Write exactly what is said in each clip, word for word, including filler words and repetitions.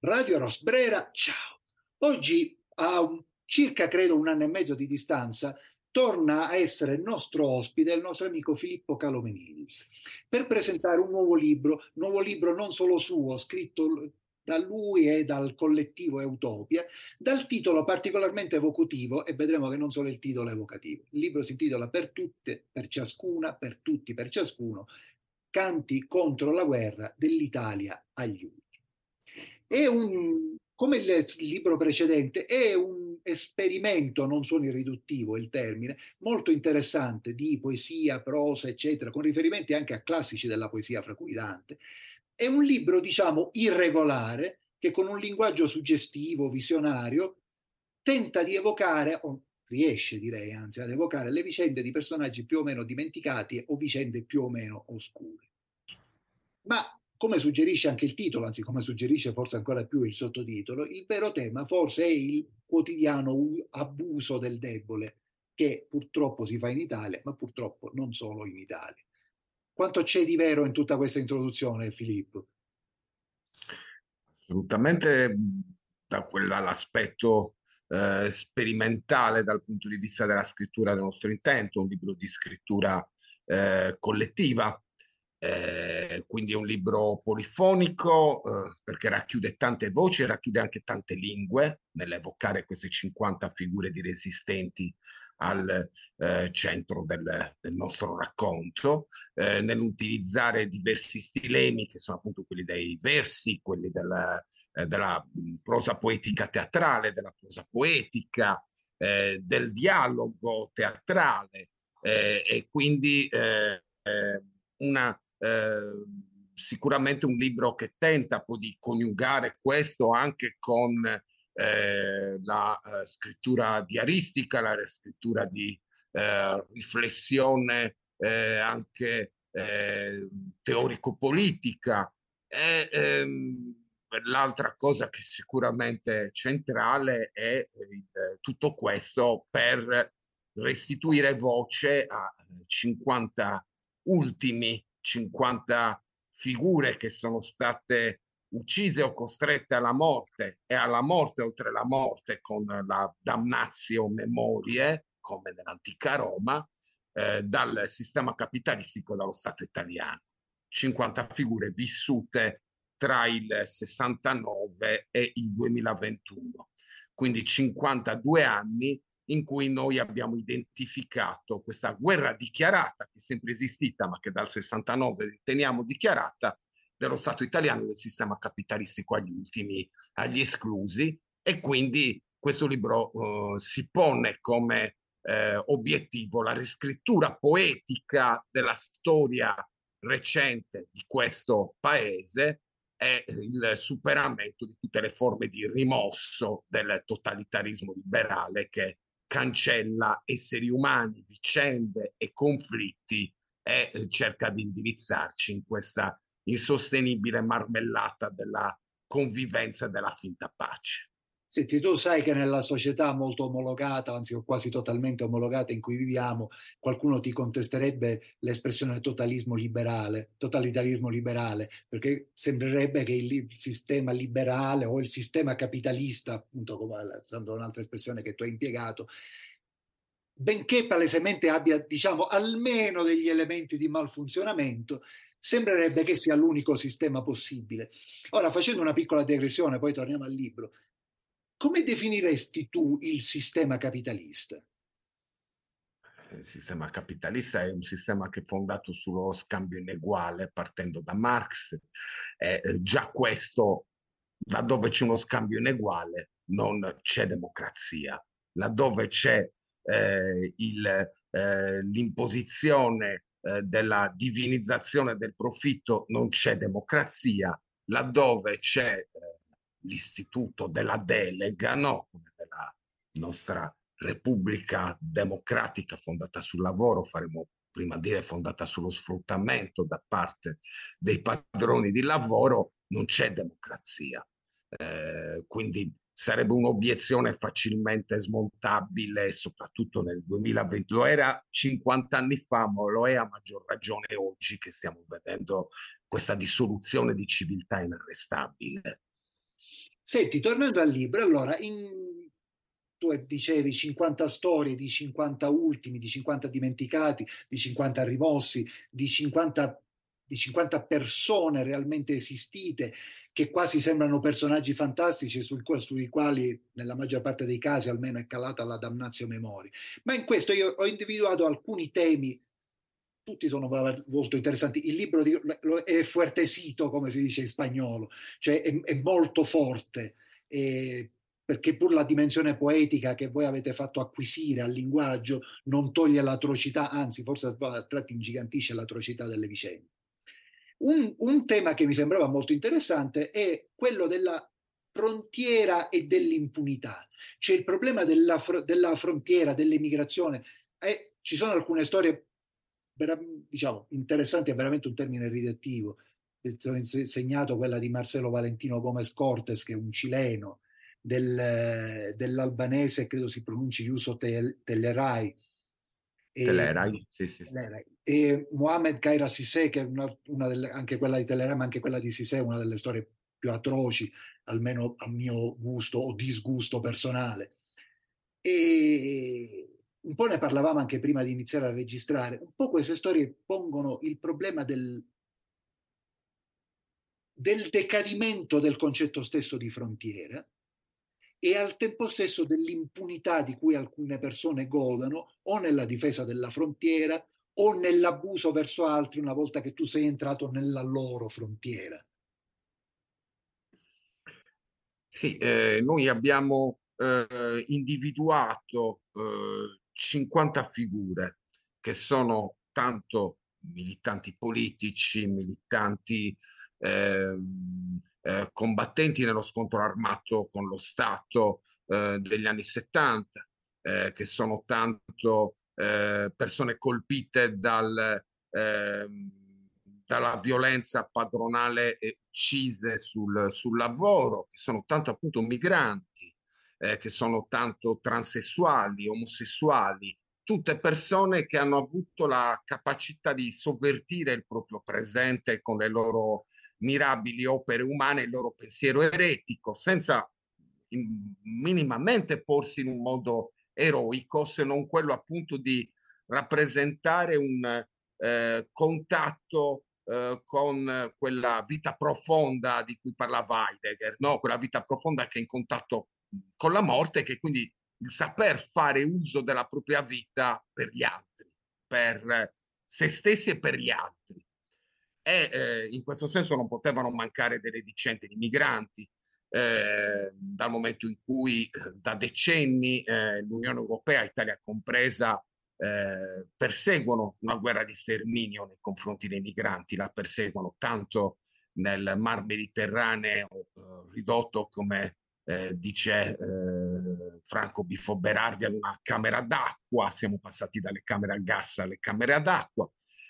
Radio Rosbrera, ciao. Oggi, a un- circa credo un anno e mezzo di distanza, torna a essere il nostro ospite il nostro amico Filippo Calomeninis per presentare un nuovo libro, nuovo libro non solo suo, scritto da lui e dal collettivo Eutopia, dal titolo particolarmente evocativo, e vedremo che non solo il titolo è evocativo. Il libro si intitola Per tutte, per ciascuna, per tutti, per ciascuno, canti contro la guerra dell'Italia agli ultimi. È un, come il libro precedente, è un esperimento, non suoni riduttivo il termine, molto interessante di poesia, prosa, eccetera, con riferimenti anche a classici della poesia, fra cui Dante. È un libro, diciamo, irregolare, che con un linguaggio suggestivo, visionario, tenta di evocare, o riesce direi anzi ad evocare, le vicende di personaggi più o meno dimenticati o vicende più o meno oscure. Ma come suggerisce anche il titolo, anzi come suggerisce forse ancora più il sottotitolo, il vero tema forse è il quotidiano abuso del debole che purtroppo si fa in Italia, ma purtroppo non solo in Italia. Quanto c'è di vero in tutta questa introduzione, Filippo? Assolutamente mh, da quella, l'aspetto eh, sperimentale dal punto di vista della scrittura del nostro intento, un libro di scrittura eh, collettiva, eh, quindi è un libro polifonico eh, perché racchiude tante voci e racchiude anche tante lingue nell'evocare queste cinquanta figure di resistenti al eh, centro del, del nostro racconto, eh, nell'utilizzare diversi stilemi che sono appunto quelli dei versi, quelli della, eh, della prosa poetica teatrale, della prosa poetica, eh, del dialogo teatrale eh, e quindi eh, eh, una, eh, sicuramente un libro che tenta poi di coniugare questo anche con eh, la eh, scrittura diaristica, la scrittura di eh, riflessione eh, anche eh, teorico-politica. E, ehm, l'altra cosa che sicuramente è centrale è il, tutto questo per restituire voce a cinquanta ultimi, cinquanta figure che sono state uccise o costrette alla morte e alla morte oltre la morte con la damnatio memorie, come nell'antica Roma, eh, dal sistema capitalistico dallo Stato italiano. cinquanta figure vissute tra il sessantanove e il duemilaventuno, quindi cinquantadue anni in cui noi abbiamo identificato questa guerra dichiarata, che è sempre esistita, ma che dal sessantanove riteniamo dichiarata, dello Stato italiano e del sistema capitalistico agli ultimi, agli esclusi, e quindi questo libro eh, si pone come eh, obiettivo la riscrittura poetica della storia recente di questo paese e il superamento di tutte le forme di rimosso del totalitarismo liberale che cancella esseri umani, vicende e conflitti e eh, cerca di indirizzarci in questa insostenibile marmellata della convivenza e della finta pace. Senti, tu sai che nella società molto omologata, anzi o quasi totalmente omologata in cui viviamo, qualcuno ti contesterebbe l'espressione totalismo liberale, totalitarismo liberale, perché sembrerebbe che il sistema liberale o il sistema capitalista, appunto, come usando un'altra espressione che tu hai impiegato, benché palesemente abbia, diciamo, almeno degli elementi di malfunzionamento, sembrerebbe che sia l'unico sistema possibile. Ora, facendo una piccola digressione, poi torniamo al libro. Come definiresti tu il sistema capitalista? Il sistema capitalista è un sistema che è fondato sullo scambio ineguale, partendo da Marx. Eh, eh, già questo, laddove c'è uno scambio ineguale, non c'è democrazia. Laddove c'è eh, il, eh, l'imposizione eh, della divinizzazione del profitto, non c'è democrazia. Laddove c'è eh, l'istituto della delega, no? Come nella nostra Repubblica democratica fondata sul lavoro, faremo prima dire fondata sullo sfruttamento da parte dei padroni di lavoro, non c'è democrazia. Eh, quindi sarebbe un'obiezione facilmente smontabile, soprattutto nel duemilaventi. Lo era cinquanta anni fa, ma lo è a maggior ragione oggi che stiamo vedendo questa dissoluzione di civiltà inarrestabile. Senti, tornando al libro, allora, in- tu dicevi cinquanta storie di cinquanta ultimi, di cinquanta dimenticati, di cinquanta rimossi, di cinquanta, di cinquanta persone realmente esistite, che quasi sembrano personaggi fantastici sul- sui quali, nella maggior parte dei casi, almeno è calata la damnatio memori. Ma in questo io ho individuato alcuni temi, tutti sono molto interessanti. Il libro di- lo- è fuertecito, come si dice in spagnolo, cioè è, è molto forte, eh, perché pur la dimensione poetica che voi avete fatto acquisire al linguaggio non toglie l'atrocità, anzi forse a tratti ingigantisce l'atrocità delle vicende. Un, un tema che mi sembrava molto interessante è quello della frontiera e dell'impunità, cioè il problema della, fr- della frontiera, dell'emigrazione. E ci sono alcune storie, vera- diciamo, interessanti, è veramente un termine ridettivo. Ho insegnato quella di Marcelo Valentino Gomez Cortes, che è un cileno, del, dell'albanese, credo si pronunci Yuso Tellerai, e, Telerai, sì, sì, sì. e Mohamed Khaira Sisè, che è una, una delle, anche quella di Telerai, ma anche quella di Sisè, una delle storie più atroci, almeno a mio gusto o disgusto personale. E un po' ne parlavamo anche prima di iniziare a registrare. Un po' queste storie pongono il problema del, del decadimento del concetto stesso di frontiera e al tempo stesso dell'impunità di cui alcune persone godono o nella difesa della frontiera o nell'abuso verso altri una volta che tu sei entrato nella loro frontiera. Sì, eh, noi abbiamo eh, individuato eh, cinquanta figure che sono tanto militanti politici, militanti ehm, eh, combattenti nello scontro armato con lo Stato eh, degli anni settanta, eh, che sono tanto eh, persone colpite dal, ehm, dalla violenza padronale e uccise sul, sul lavoro, che sono tanto appunto migranti, eh, che sono tanto transessuali, omosessuali, tutte persone che hanno avuto la capacità di sovvertire il proprio presente con le loro mirabili opere umane, il loro pensiero eretico, senza in, minimamente porsi in un modo eroico, se non quello appunto di rappresentare un eh, contatto eh, con quella vita profonda di cui parlava Heidegger, no? Quella vita profonda che è in contatto con la morte, che quindi il saper fare uso della propria vita per gli altri, per se stessi e per gli altri. E eh, in questo senso non potevano mancare delle vicende di migranti, eh, dal momento in cui eh, da decenni eh, l'Unione Europea, Italia compresa, eh, perseguono una guerra di sterminio nei confronti dei migranti, la perseguono tanto nel Mar Mediterraneo, eh, ridotto come eh, dice eh, Franco Biffo Berardi ad una camera d'acqua, siamo passati dalle camere a gas alle camere ad acqua,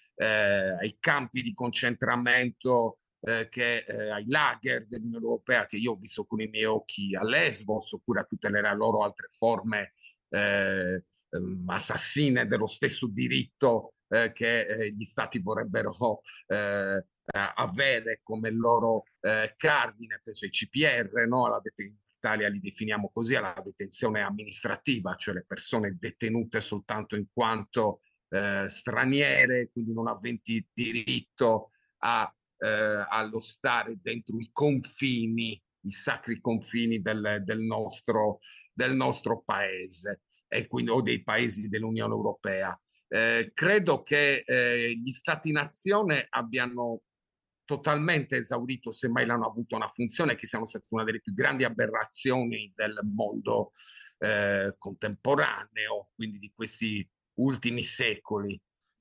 eh, ai campi di concentramento, eh, che, eh, ai lager dell'Unione Europea che io ho visto con i miei occhi a Lesbos, oppure a tutte le loro altre forme eh, ehm, assassine dello stesso diritto eh, che eh, gli stati vorrebbero eh, avere come loro eh, cardine, penso ai C P R, no? La det- in Italia li definiamo così, alla detenzione amministrativa, cioè le persone detenute soltanto in quanto eh, straniere, quindi non aventi diritto a, eh, allo stare dentro i confini, i sacri confini del, del nostro, del nostro paese e quindi o dei paesi dell'Unione Europea. Eh, credo che eh, gli stati-nazione abbiano totalmente esaurito, se mai l'hanno avuto una funzione, che siano state una delle più grandi aberrazioni del mondo eh, contemporaneo, quindi di questi ultimi secoli.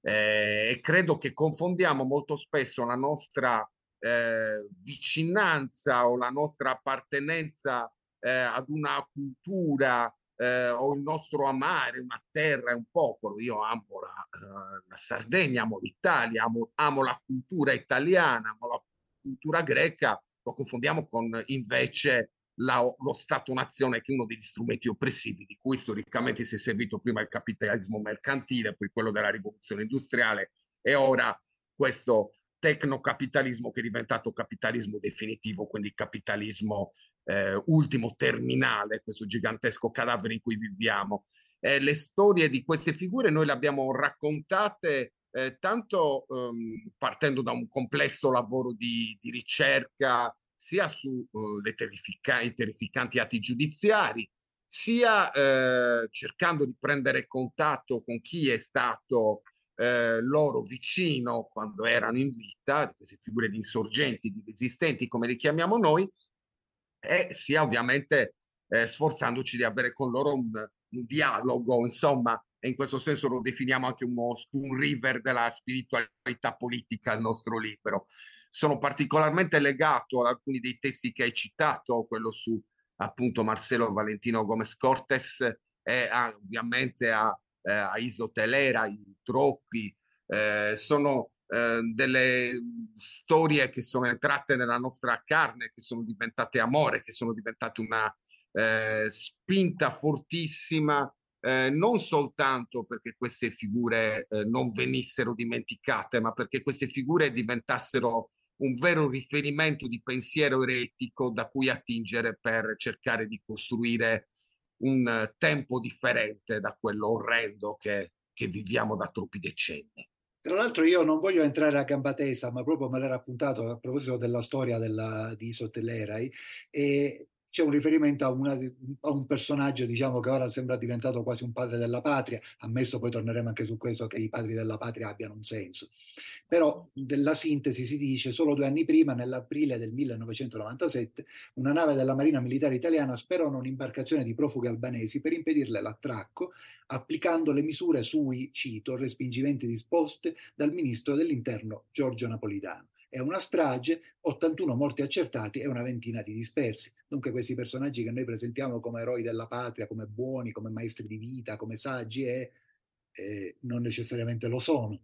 Eh, e credo che confondiamo molto spesso la nostra eh, vicinanza o la nostra appartenenza eh, ad una cultura eh, o il nostro amare una terra e un popolo. Io amo la, uh, la Sardegna, amo l'Italia, amo, amo la cultura italiana, amo la cultura greca, lo confondiamo con invece la, lo Stato-nazione, che è uno degli strumenti oppressivi di cui storicamente si è servito prima il capitalismo mercantile, poi quello della rivoluzione industriale e ora questo tecnocapitalismo che è diventato capitalismo definitivo, quindi capitalismo eh, ultimo, terminale, questo gigantesco cadavere in cui viviamo. Eh, le storie di queste figure noi le abbiamo raccontate eh, tanto ehm, partendo da un complesso lavoro di, di ricerca sia su eh, terrifica- i terrificanti atti giudiziari, sia eh, cercando di prendere contatto con chi è stato eh, loro vicino quando erano in vita, queste figure di insorgenti, di resistenti, come li chiamiamo noi, e sia ovviamente eh, sforzandoci di avere con loro un, un dialogo, insomma, e in questo senso lo definiamo anche uno spoon river della spiritualità politica, il nostro libro. Sono particolarmente legato ad alcuni dei testi che hai citato, quello su appunto Marcelo Valentino Gomez Cortes e a, ovviamente a, eh, a Isotelera, i troppi, eh, sono eh, delle storie che sono entrate nella nostra carne, che sono diventate amore, che sono diventate una eh, spinta fortissima, eh, non soltanto perché queste figure eh, non venissero dimenticate, ma perché queste figure diventassero un vero riferimento di pensiero eretico da cui attingere per cercare di costruire un uh, tempo differente da quello orrendo che, che viviamo da troppi decenni. Tra l'altro io non voglio entrare a gamba tesa, ma proprio me l'era appuntato a proposito della storia della, di Isotellerai, e c'è un riferimento a, una, a, un personaggio, diciamo, che ora sembra diventato quasi un padre della patria, ammesso, poi torneremo anche su questo, che i padri della patria abbiano un senso. Però della sintesi si dice: solo due anni prima, nell'aprile del millenovecentonovantasette, una nave della Marina Militare Italiana sperò un'imbarcazione di profughi albanesi per impedirle l'attracco, applicando le misure sui, cito, respingimenti disposte dal ministro dell'Interno Giorgio Napolitano. È una strage, ottantuno morti accertati e una ventina di dispersi. Dunque questi personaggi che noi presentiamo come eroi della patria, come buoni, come maestri di vita, come saggi, e, eh, non necessariamente lo sono.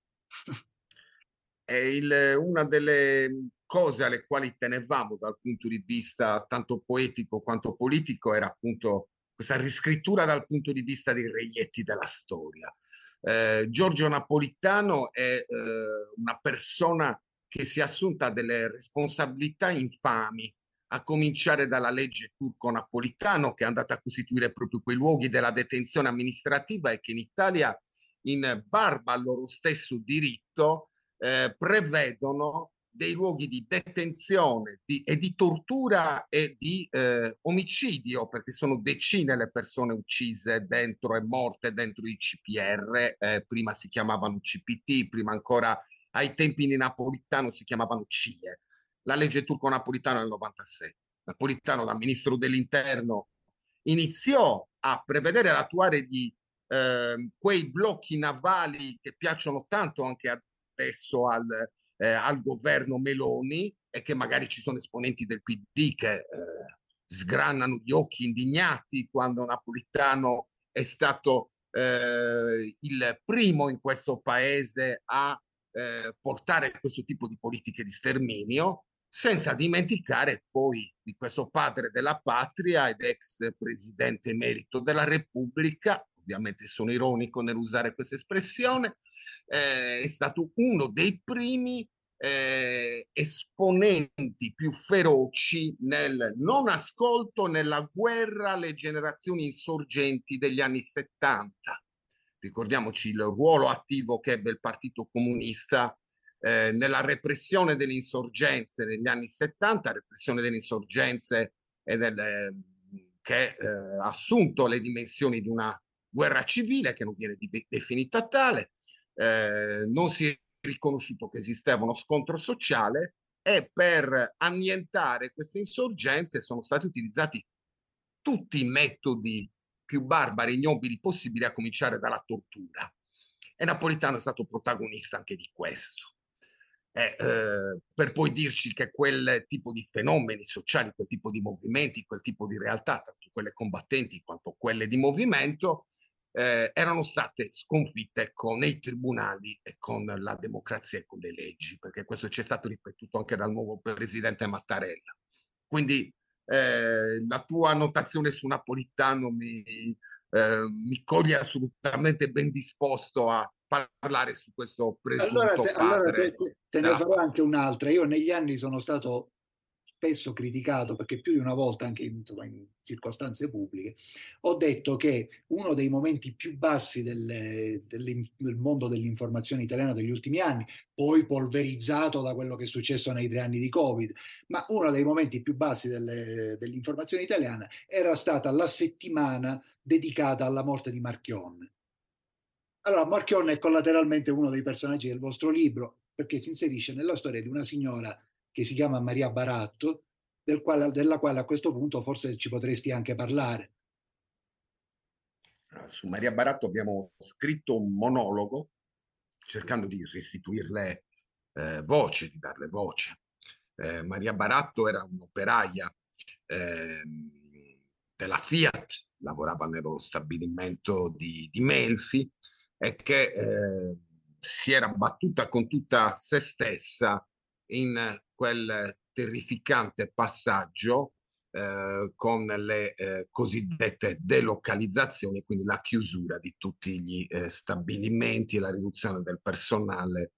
È il, una delle cose alle quali tenevamo dal punto di vista tanto poetico quanto politico era appunto questa riscrittura dal punto di vista dei reietti della storia. Eh, Giorgio Napolitano è eh, una persona che si è assunta delle responsabilità infami, a cominciare dalla legge turco-napolitano che è andata a costituire proprio quei luoghi della detenzione amministrativa e che in Italia, in barba al loro stesso diritto, eh, prevedono dei luoghi di detenzione di, e di tortura e di eh, omicidio, perché sono decine le persone uccise dentro e morte dentro i C P R, eh, prima si chiamavano C P T, prima ancora ai tempi di Napolitano si chiamavano C I E. La legge turco-napolitana del novantasette. Napolitano, da ministro dell'interno, iniziò a prevedere l'attuare di eh, quei blocchi navali che piacciono tanto anche a adesso al, eh, al governo Meloni e che magari ci sono esponenti del P D che eh, sgranano gli occhi indignati quando Napolitano è stato eh, il primo in questo paese a eh, portare questo tipo di politiche di sterminio, senza dimenticare poi di questo padre della patria ed ex presidente emerito della Repubblica, ovviamente sono ironico nell'usare questa espressione, eh, è stato uno dei primi eh, esponenti più feroci nel non ascolto, nella guerra alle generazioni insorgenti degli anni settanta. Ricordiamoci il ruolo attivo che ebbe il Partito Comunista eh, nella repressione delle insorgenze negli anni settanta, repressione delle insorgenze e del, eh, che eh, ha assunto le dimensioni di una guerra civile che non viene definita tale, eh, non si è riconosciuto che esisteva uno scontro sociale e per annientare queste insorgenze sono stati utilizzati tutti i metodi più barbari e ignobili possibili, a cominciare dalla tortura. E Napolitano è stato protagonista anche di questo. Eh, eh, per poi dirci che quel tipo di fenomeni sociali, quel tipo di movimenti, quel tipo di realtà, tanto quelle combattenti quanto quelle di movimento, eh, erano state sconfitte con i tribunali e con la democrazia e con le leggi, perché questo ci è stato ripetuto anche dal nuovo presidente Mattarella. Quindi eh, la tua annotazione su Napolitano mi, eh, mi coglie assolutamente ben disposto a, parlare su questo Allora, te, presunto allora te- padre te- te ne della farò fama. anche un'altra. Io negli anni sono stato spesso criticato, perché più di una volta, anche in, insomma, in circostanze pubbliche, ho detto che uno dei momenti più bassi delle- dell'in- del mondo dell'informazione italiana degli ultimi anni, poi polverizzato da quello che è successo nei tre anni di Covid, ma uno dei momenti più bassi delle- dell'informazione italiana era stata la settimana dedicata alla morte di Marchionne. Allora, Marchionne è collateralmente uno dei personaggi del vostro libro, perché si inserisce nella storia di una signora che si chiama Maria Baratto, del quale- della quale a questo punto forse ci potresti anche parlare. Su Maria Baratto abbiamo scritto un monologo cercando di restituirle eh, voce, di darle voce. Eh, Maria Baratto era un'operaia ehm, della Fiat, lavorava nello stabilimento di, di Melfi e che eh, si era battuta con tutta se stessa in quel terrificante passaggio eh, con le eh, cosiddette delocalizzazioni, quindi la chiusura di tutti gli eh, stabilimenti e la riduzione del personale,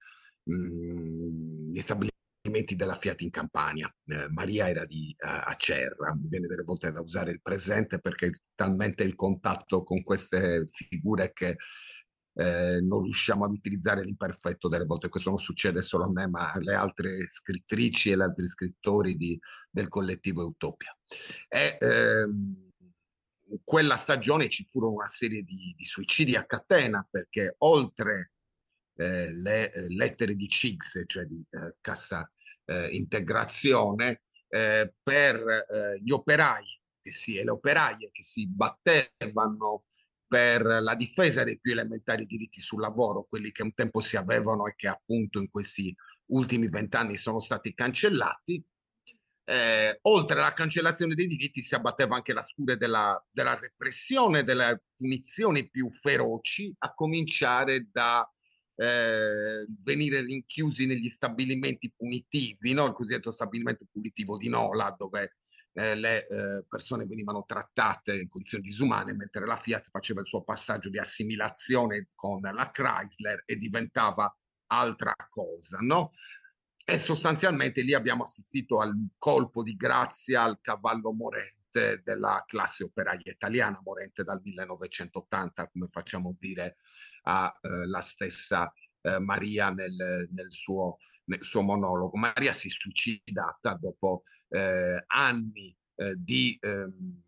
mh, gli stabilimenti della Fiat in Campania. Eh, Maria era di uh, Acerra, mi viene delle volte da usare il presente perché talmente il contatto con queste figure che eh, non riusciamo ad utilizzare l'imperfetto delle volte. Questo non succede solo a me, ma alle altre scrittrici e agli altri scrittori di, del collettivo Utopia. E, ehm, in quella stagione ci furono una serie di, di suicidi a catena perché oltre eh, le eh, lettere di C I G S, cioè di eh, cassa eh, integrazione, eh, per eh, gli operai che si, e le operaie che si battevano per la difesa dei più elementari diritti sul lavoro, quelli che un tempo si avevano e che appunto in questi ultimi vent'anni sono stati cancellati. Eh, oltre alla cancellazione dei diritti si abbatteva anche la scure della, della repressione, delle punizioni più feroci, a cominciare da eh, venire rinchiusi negli stabilimenti punitivi, no? Il cosiddetto stabilimento punitivo di Nola, dove eh, le eh, persone venivano trattate in condizioni disumane, mentre la Fiat faceva il suo passaggio di assimilazione con la Chrysler e diventava altra cosa, no? E sostanzialmente lì abbiamo assistito al colpo di grazia al cavallo morente della classe operaia italiana, morente dal millenovecentottanta, come facciamo dire alla eh, stessa eh, Maria nel, nel, suo, nel suo monologo. Maria si è suicidata dopo eh, anni eh, di, ehm,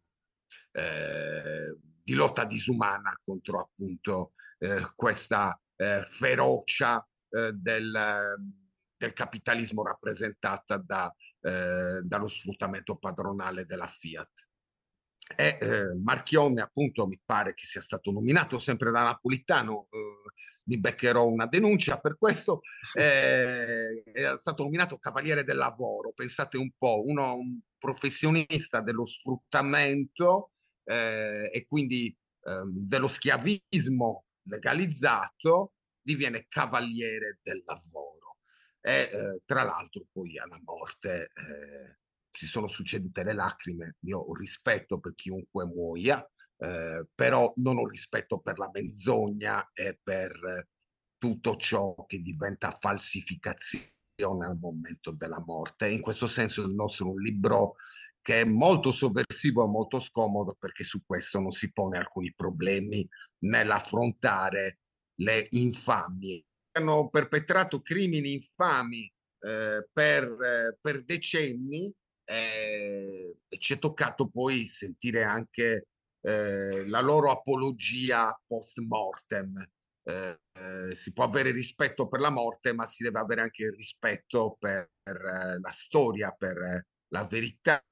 eh, di lotta disumana contro appunto eh, questa eh, ferocia eh, del, del capitalismo rappresentata da, eh, dallo sfruttamento padronale della Fiat. E eh, Marchionne, appunto, mi pare che sia stato nominato sempre da Napolitano, eh, mi beccherò una denuncia per questo, eh, è stato nominato Cavaliere del Lavoro, pensate un po', uno, un professionista dello sfruttamento eh, e quindi ehm, dello schiavismo legalizzato, diviene Cavaliere del Lavoro. E eh, tra l'altro poi alla morte eh, si sono succedute le lacrime. Io ho rispetto per chiunque muoia, eh, però non ho rispetto per la menzogna e per tutto ciò che diventa falsificazione al momento della morte. In questo senso il nostro è un libro che è molto sovversivo e molto scomodo perché su questo non si pone alcuni problemi nell'affrontare le infamie. Hanno perpetrato crimini infami eh, per, eh, per decenni eh, e ci è toccato poi sentire anche eh, la loro apologia post mortem. Eh, eh, si può avere rispetto per la morte, ma si deve avere anche rispetto per, per eh, la storia, per eh, la verità.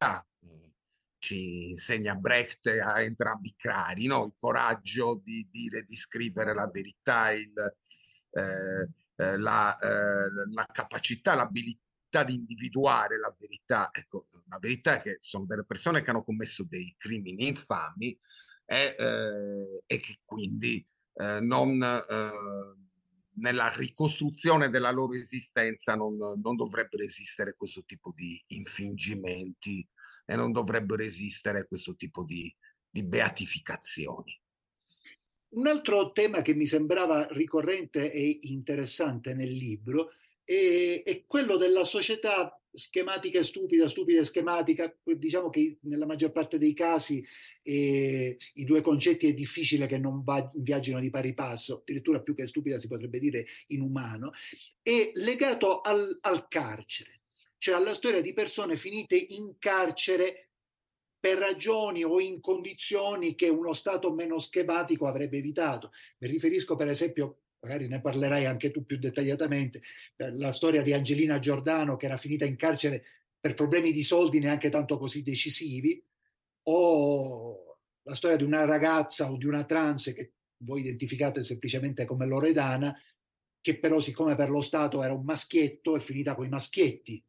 Ci insegna Brecht a entrambi i crari, no? Il coraggio di dire, di scrivere la verità, il, eh, eh, la, eh, la capacità, l'abilità di individuare la verità. Ecco, la verità è che sono delle persone che hanno commesso dei crimini infami e, eh, e che quindi eh, non, eh, nella ricostruzione della loro esistenza non, non dovrebbero esistere questo tipo di infingimenti e non dovrebbero esistere questo tipo di, di beatificazioni. Un altro tema che mi sembrava ricorrente e interessante nel libro è, è quello della società schematica e stupida, stupida e schematica. Diciamo che nella maggior parte dei casi eh, i due concetti è difficile che non va- viaggino di pari passo, addirittura più che stupida si potrebbe dire inumano, è legato al, al carcere, cioè alla storia di persone finite in carcere per ragioni o in condizioni che uno Stato meno schematico avrebbe evitato. Mi riferisco per esempio, magari ne parlerai anche tu più dettagliatamente, la storia di Angelina Giordano che era finita in carcere per problemi di soldi neanche tanto così decisivi, o la storia di una ragazza o di una trans che voi identificate semplicemente come Loredana, che però siccome per lo Stato era un maschietto è finita con i maschietti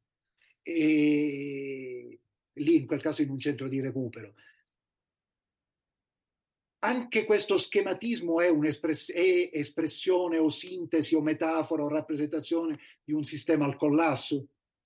e lì in quel caso in un centro di recupero. Anche questo schematismo è, un'espress- è espressione o sintesi o metafora o rappresentazione di un sistema al collasso.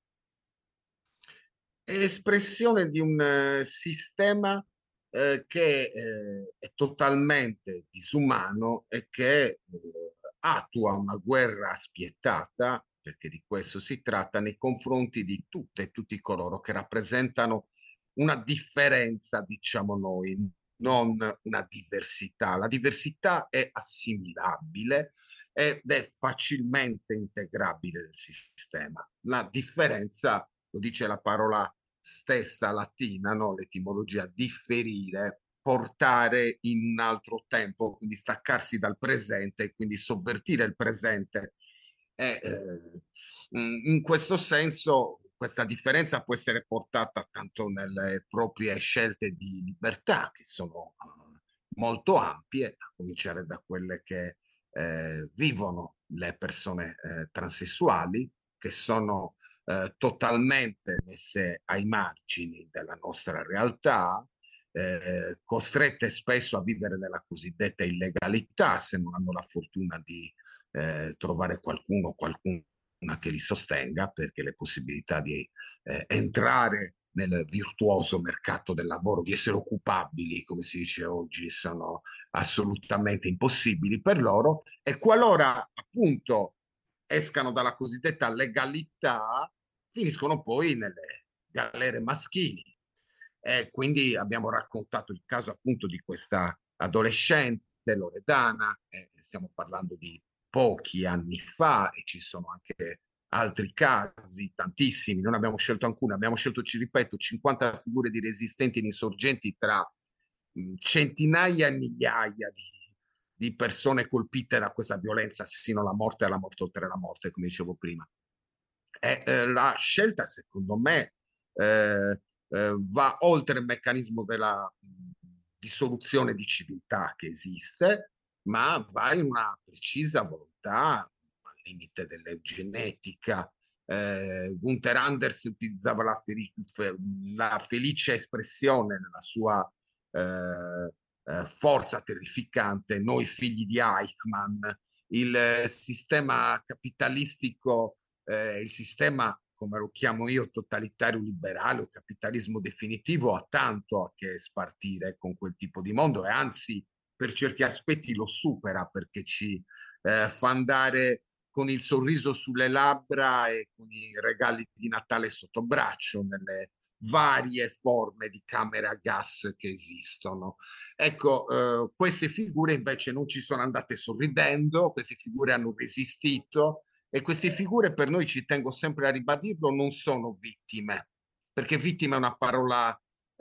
È espressione di un eh, sistema eh, che eh, è totalmente disumano e che eh, attua una guerra spietata, perché di questo si tratta, nei confronti di tutte e tutti coloro che rappresentano una differenza, diciamo noi, non una diversità. La diversità è assimilabile ed è facilmente integrabile nel sistema. La differenza, lo dice la parola stessa latina, no? L'etimologia differire, portare in un altro tempo, quindi staccarsi dal presente e quindi sovvertire il presente. E, eh, in questo senso questa differenza può essere portata tanto nelle proprie scelte di libertà, che sono eh, molto ampie, a cominciare da quelle che eh, vivono le persone eh, transessuali, che sono eh, totalmente messe ai margini della nostra realtà, eh, costrette spesso a vivere nella cosiddetta illegalità se non hanno la fortuna di eh, trovare qualcuno o qualcuna che li sostenga, perché le possibilità di eh, entrare nel virtuoso mercato del lavoro, di essere occupabili, come si dice oggi, sono assolutamente impossibili per loro, e qualora appunto escano dalla cosiddetta legalità, finiscono poi nelle galere maschili. E quindi abbiamo raccontato il caso appunto di questa adolescente Loredana, eh, stiamo parlando di pochi anni fa e ci sono anche altri casi, tantissimi, non abbiamo scelto alcune, abbiamo scelto, ci ripeto, cinquanta figure di resistenti e insorgenti tra mh, centinaia e migliaia di, di persone colpite da questa violenza sino alla morte e alla morte oltre la morte, come dicevo prima. E, eh, la scelta, secondo me, eh, eh, va oltre il meccanismo della mh, dissoluzione di civiltà che esiste, ma va in una precisa volontà, al limite dell'eugenetica. Eh, Gunther Anders utilizzava la, felice, la felice espressione nella sua eh, eh, forza terrificante, noi figli di Eichmann, il eh, sistema capitalistico, eh, il sistema, come lo chiamo io, totalitario liberale o capitalismo definitivo, ha tanto a che spartire con quel tipo di mondo e anzi per certi aspetti lo supera perché ci eh, fa andare con il sorriso sulle labbra e con i regali di Natale sotto braccio nelle varie forme di camere a gas che esistono. Ecco, eh, queste figure invece non ci sono andate sorridendo, queste figure hanno resistito e queste figure per noi, ci tengo sempre a ribadirlo, non sono vittime, perché vittima è una parola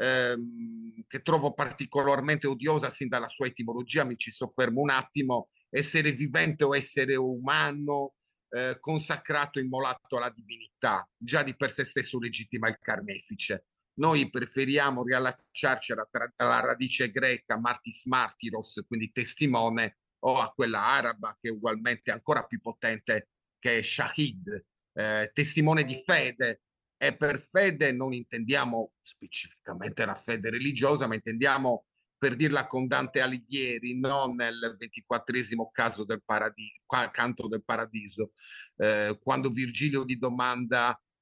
ehm, che trovo particolarmente odiosa sin dalla sua etimologia, mi ci soffermo un attimo, essere vivente o essere umano, eh, consacrato, immolato alla divinità, già di per sé stesso legittima il carnefice. Noi preferiamo riallacciarci alla, alla radice greca martis martyros, quindi testimone, o a quella araba che è ugualmente ancora più potente, che è shahid, eh, testimone di fede. E per fede non intendiamo specificamente la fede religiosa, ma intendiamo, per dirla con Dante Alighieri, non nel ventiquattresimo caso del paradiso, canto del paradiso, eh, quando Virgilio gli domanda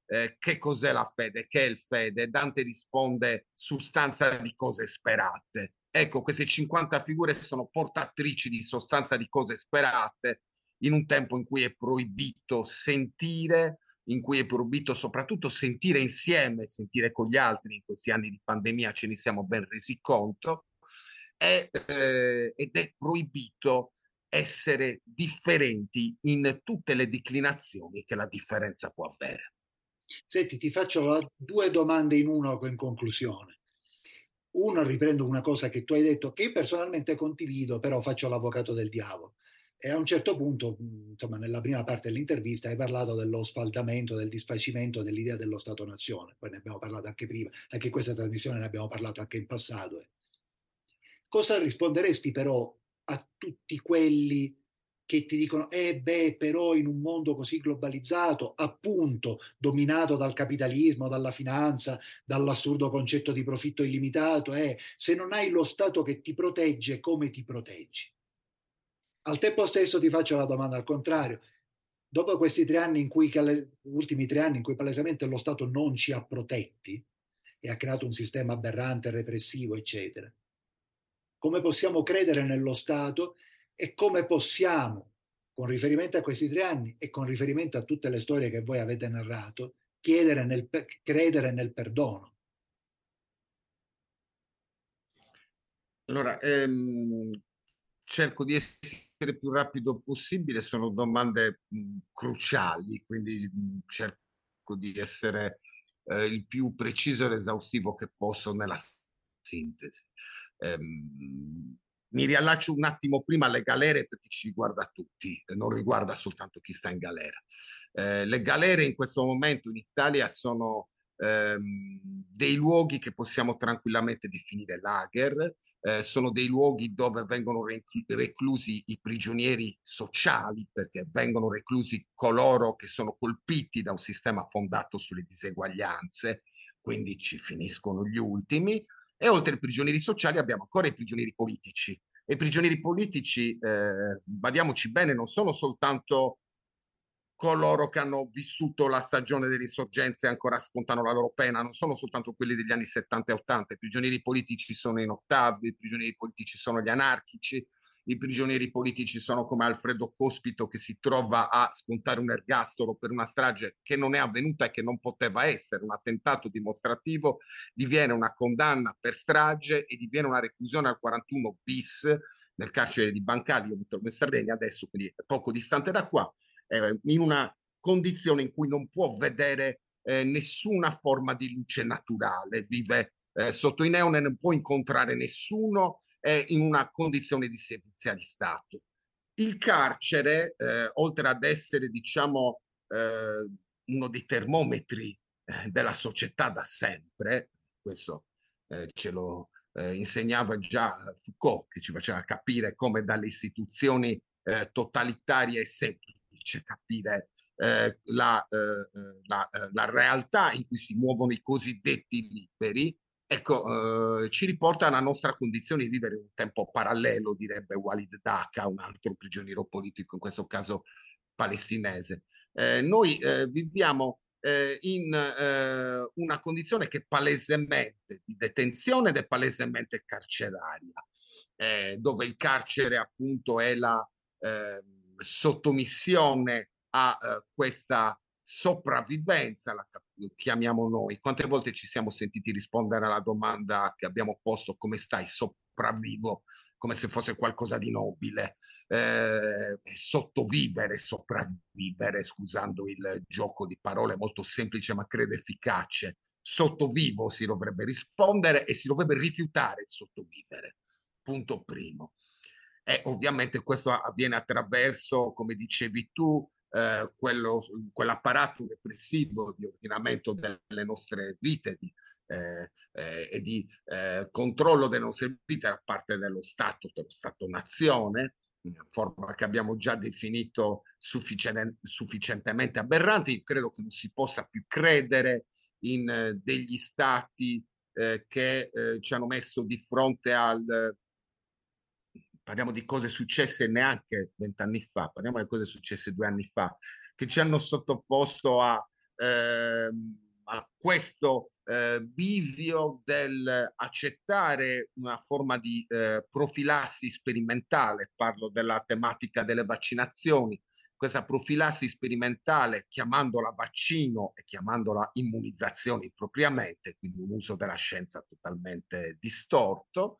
eh, che cos'è la fede, che è il fede? Dante risponde sostanza di cose sperate. Ecco, queste cinquanta figure sono portatrici di sostanza di cose sperate in un tempo in cui è proibito sentire, in cui è proibito soprattutto sentire insieme, sentire con gli altri. In questi anni di pandemia ce ne siamo ben resi conto, è, eh, ed è proibito essere differenti in tutte le declinazioni che la differenza può avere. Senti, ti faccio la- due domande in una in conclusione. Uno, riprendo una cosa che tu hai detto, che io personalmente condivido, però faccio l'avvocato del diavolo. E a un certo punto, mh, insomma, nella prima parte dell'intervista hai parlato dello sfaldamento, del disfacimento dell'idea dello Stato-nazione. Poi ne abbiamo parlato anche prima, anche in questa trasmissione ne abbiamo parlato anche in passato. eh. Cosa risponderesti però a tutti quelli che ti dicono, eh beh, però in un mondo così globalizzato, appunto, dominato dal capitalismo, dalla finanza, dall'assurdo concetto di profitto illimitato, eh, se non hai lo Stato che ti protegge, come ti proteggi? Al tempo stesso ti faccio la domanda al contrario. Dopo questi tre anni in cui, ultimi tre anni in cui palesemente lo Stato non ci ha protetti e ha creato un sistema aberrante, repressivo, eccetera, come possiamo credere nello Stato e come possiamo, con riferimento a questi tre anni e con riferimento a tutte le storie che voi avete narrato, chiedere nel, credere nel perdono. Allora, ehm, cerco di essere più rapido possibile, sono domande mh, cruciali, quindi mh, cerco di essere eh, il più preciso ed esaustivo che posso nella sintesi. Ehm, mi riallaccio un attimo prima alle galere perché ci riguarda tutti, e non riguarda soltanto chi sta in galera. Eh, le galere in questo momento in Italia sono ehm, dei luoghi che possiamo tranquillamente definire lager, eh, sono dei luoghi dove vengono reclusi i prigionieri sociali, perché vengono reclusi coloro che sono colpiti da un sistema fondato sulle diseguaglianze, quindi ci finiscono gli ultimi. E oltre ai prigionieri sociali abbiamo ancora i prigionieri politici. E i prigionieri politici, eh, badiamoci bene, non sono soltanto coloro che hanno vissuto la stagione dell'insorgenza e ancora scontano la loro pena, non sono soltanto quelli degli anni settanta e ottanta, i prigionieri politici sono in Ottavio, i prigionieri politici sono gli anarchici, i prigionieri politici sono come Alfredo Cospito che si trova a scontare un ergastolo per una strage che non è avvenuta e che non poteva essere, un attentato dimostrativo, diviene una condanna per strage e diviene una reclusione al quarantuno bis nel carcere di Bancali, io mi trovo in Sardegna adesso, quindi poco distante da qua, eh, in una condizione in cui non può vedere eh, nessuna forma di luce naturale, vive eh, sotto i neon, non può incontrare nessuno, è in una condizione di servizio di Stato. Il carcere, eh, oltre ad essere, diciamo, eh, uno dei termometri eh, della società da sempre, questo eh, ce lo eh, insegnava già Foucault, che ci faceva capire come dalle istituzioni eh, totalitarie è semplice capire eh, la, eh, la, eh, la realtà in cui si muovono i cosiddetti liberi. Ecco, eh, ci riporta alla nostra condizione di vivere un tempo parallelo, direbbe Walid Daka, un altro prigioniero politico, in questo caso palestinese. Eh, noi eh, viviamo eh, in eh, una condizione che è palesemente di detenzione ed è palesemente carceraria, eh, dove il carcere appunto è la eh, sottomissione a eh, questa sopravvivenza, la chiamiamo noi. Quante volte ci siamo sentiti rispondere alla domanda che abbiamo posto, come stai? Sopravvivo, come se fosse qualcosa di nobile. Eh, sottovivere, sopravvivere, scusando il gioco di parole molto semplice ma credo efficace. Sottovivo si dovrebbe rispondere e si dovrebbe rifiutare il sottovivere. Punto primo. E ovviamente questo avviene attraverso, come dicevi tu, eh, quello, quell'apparato repressivo di ordinamento delle nostre vite di, eh, eh, e di eh, controllo delle nostre vite da parte dello Stato, dello Stato-nazione, una forma che abbiamo già definito sufficien- sufficientemente aberrante. Io credo che non si possa più credere in eh, degli stati eh, che eh, ci hanno messo di fronte al parliamo di cose successe neanche vent'anni fa, parliamo di cose successe due anni fa, che ci hanno sottoposto a eh, a questo eh, bivio del accettare una forma di eh, profilassi sperimentale, parlo della tematica delle vaccinazioni, questa profilassi sperimentale chiamandola vaccino e chiamandola immunizzazione impropriamente, quindi un uso della scienza totalmente distorto,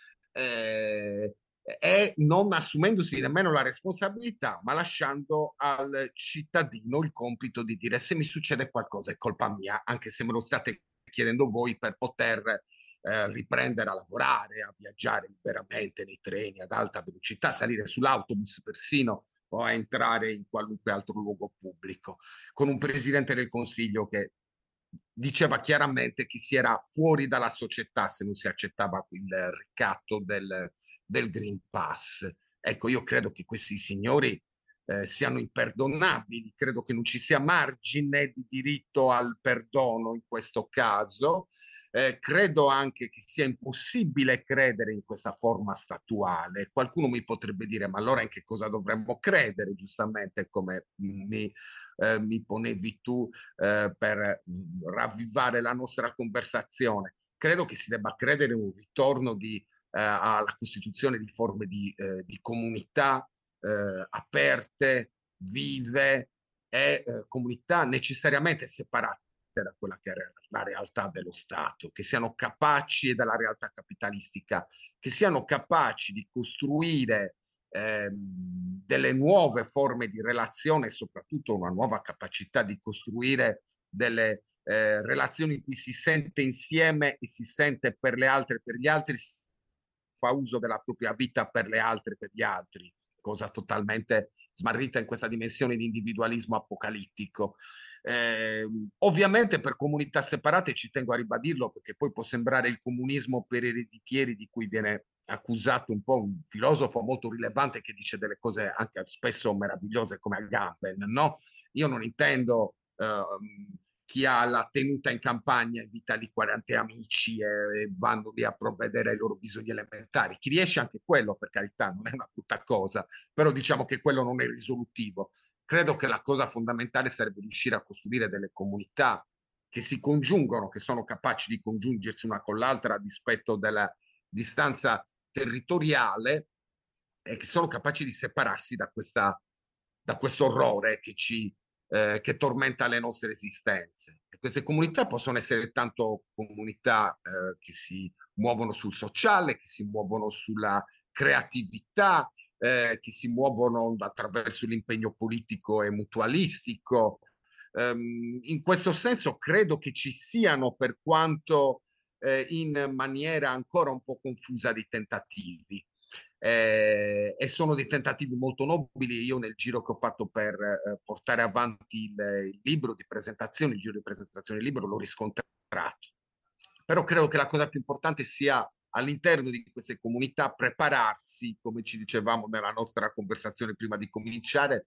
eh, e non assumendosi nemmeno la responsabilità, ma lasciando al cittadino il compito di dire: se mi succede qualcosa è colpa mia, anche se me lo state chiedendo voi per poter eh, riprendere a lavorare, a viaggiare liberamente nei treni ad alta velocità, salire sull'autobus persino o a entrare in qualunque altro luogo pubblico, con un presidente del Consiglio che diceva chiaramente che si era fuori dalla società se non si accettava il ricatto del, del Green Pass. Ecco, io credo che questi signori eh, siano imperdonabili, credo che non ci sia margine di diritto al perdono in questo caso. Eh, credo anche che sia impossibile credere in questa forma statuale. Qualcuno mi potrebbe dire: ma allora in che cosa dovremmo credere? Giustamente, come mi, eh, mi ponevi tu eh, per ravvivare la nostra conversazione. Credo che si debba credere in un ritorno di, eh, alla costituzione di forme di, eh, di comunità eh, aperte, vive e eh, comunità necessariamente separate da quella che è la realtà dello Stato, che siano capaci della realtà capitalistica, che siano capaci di costruire eh, delle nuove forme di relazione e soprattutto una nuova capacità di costruire delle eh, relazioni in cui si sente insieme e si sente per le altre e per gli altri, si fa uso della propria vita per le altre e per gli altri, cosa totalmente smarrita in questa dimensione di individualismo apocalittico. Eh, ovviamente per comunità separate, ci tengo a ribadirlo perché poi può sembrare il comunismo per ereditieri di cui viene accusato un po' un filosofo molto rilevante che dice delle cose anche spesso meravigliose come Agamben, no? Io non intendo eh, chi ha la tenuta in campagna invita lì quaranta amici e, e vanno lì a provvedere ai loro bisogni elementari. Chi riesce anche quello, per carità, non è una brutta cosa, però diciamo che quello non è risolutivo. Credo che la cosa fondamentale sarebbe riuscire a costruire delle comunità che si congiungono, che sono capaci di congiungersi una con l'altra a dispetto della distanza territoriale e che sono capaci di separarsi da questa, da questo orrore che ci eh, che tormenta le nostre esistenze. E queste comunità possono essere tanto comunità eh, che si muovono sul sociale, che si muovono sulla creatività, eh, che si muovono attraverso l'impegno politico e mutualistico. Um, in questo senso credo che ci siano, per quanto eh, in maniera ancora un po' confusa, di tentativi. Eh, e sono dei tentativi molto nobili. Io nel giro che ho fatto per eh, portare avanti il, il libro di presentazione, il giro di presentazione del libro, l'ho riscontrato. Però credo che la cosa più importante sia all'interno di queste comunità prepararsi, come ci dicevamo nella nostra conversazione prima di cominciare,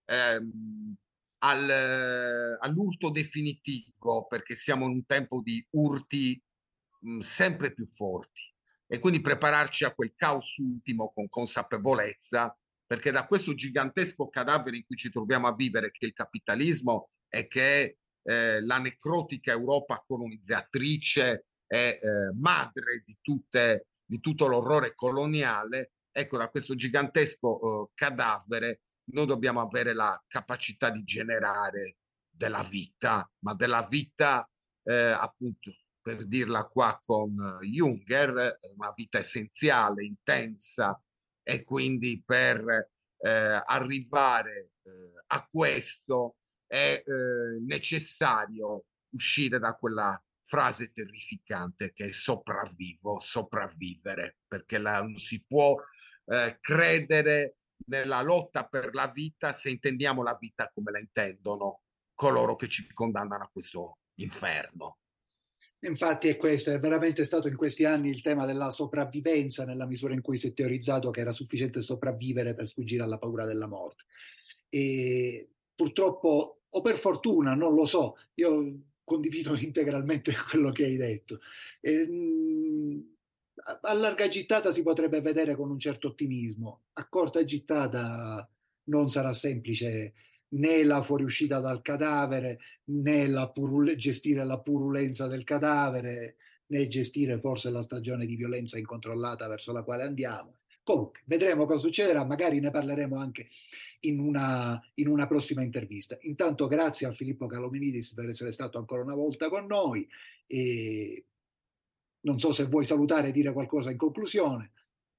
ehm, al, all'urto definitivo, perché siamo in un tempo di urti mh, sempre più forti e quindi prepararci a quel caos ultimo con consapevolezza, perché da questo gigantesco cadavere in cui ci troviamo a vivere, che è il capitalismo e che è eh, la necrotica Europa colonizzatrice e eh, madre di, tutte, di tutto l'orrore coloniale, ecco, da questo gigantesco eh, cadavere noi dobbiamo avere la capacità di generare della vita, ma della vita eh, appunto, per dirla qua con Junger, una vita essenziale, intensa, e quindi per eh, arrivare eh, a questo è eh, necessario uscire da quella frase terrificante che è sopravvivo, sopravvivere, perché la, non si può eh, credere nella lotta per la vita se intendiamo la vita come la intendono coloro che ci condannano a questo inferno. Infatti è questo, è veramente stato in questi anni il tema della sopravvivenza, nella misura in cui si è teorizzato che era sufficiente sopravvivere per sfuggire alla paura della morte. E purtroppo, o per fortuna, non lo so, io condivido integralmente quello che hai detto. E, mh, a larga gittata si potrebbe vedere con un certo ottimismo, a corta gittata non sarà semplice né la fuoriuscita dal cadavere, né la purul- gestire la purulenza del cadavere, né gestire forse la stagione di violenza incontrollata verso la quale andiamo. Comunque, vedremo cosa succederà, magari ne parleremo anche in una, in una prossima intervista. Intanto grazie a Filippo Calominidis per essere stato ancora una volta con noi e non so se vuoi salutare e dire qualcosa in conclusione.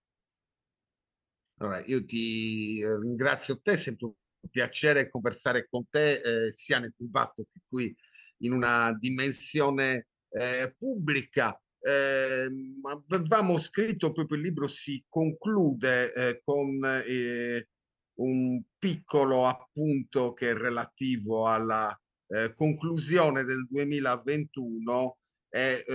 Allora, io ti eh, ringrazio te, è sempre un piacere conversare con te, eh, sia nel privato che qui in una dimensione eh, pubblica. Eh, avevamo scritto proprio il libro, si conclude eh, con eh, un piccolo appunto che è relativo alla eh, conclusione del duemilaventuno e,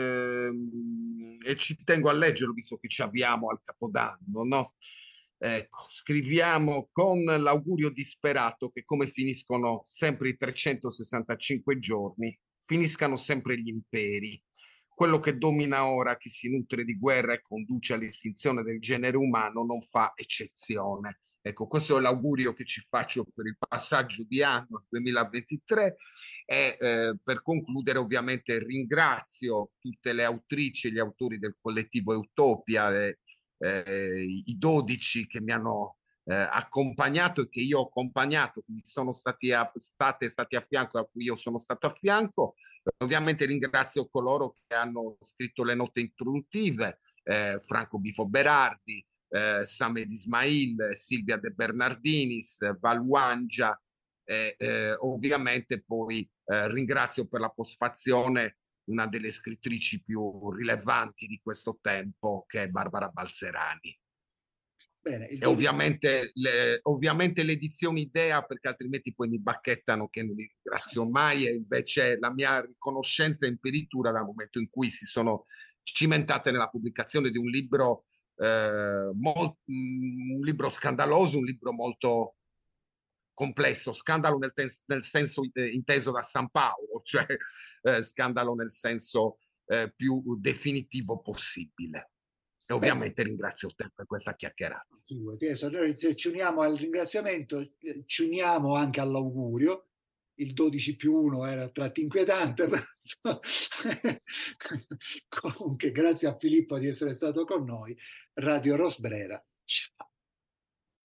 ehm, e ci tengo a leggerlo visto che ci avviamo al Capodanno, no? Ecco, scriviamo con l'augurio disperato che come finiscono sempre i trecentosessantacinque giorni, finiscano sempre gli imperi. Quello che domina ora, che si nutre di guerra e conduce all'estinzione del genere umano, non fa eccezione. Ecco, questo è l'augurio che ci faccio per il passaggio di anno duemilaventitré e eh, per concludere ovviamente ringrazio tutte le autrici e gli autori del collettivo Utopia, eh, eh, i dodici che mi hanno eh, accompagnato e che io ho accompagnato, che mi sono stati a, state stati a fianco, a cui io sono stato a fianco. Ovviamente ringrazio coloro che hanno scritto le note introduttive, eh, Franco Bifo Berardi, eh, Samed Ismail, Silvia De Bernardinis, Valuangia, eh, eh, ovviamente poi eh, ringrazio per la postfazione una delle scrittrici più rilevanti di questo tempo, che è Barbara Balzerani. Bene, il E dodici... ovviamente, le, ovviamente l'edizione Idea, perché altrimenti poi mi bacchettano che non li ringrazio mai, e invece la mia riconoscenza è imperitura dal momento in cui si sono cimentate nella pubblicazione di un libro, eh, molt, un libro scandaloso, un libro molto complesso, scandalo nel, ten- nel senso eh, inteso da San Paolo, cioè eh, scandalo nel senso eh, più definitivo possibile. E Bene, ovviamente ringrazio te per questa chiacchierata. figurati, adesso noi ci uniamo al ringraziamento, eh, ci uniamo anche all'augurio. Il dodici più uno era a tratti inquietante, però, insomma, comunque grazie a Filippo di essere stato con noi. Radio Rosbrera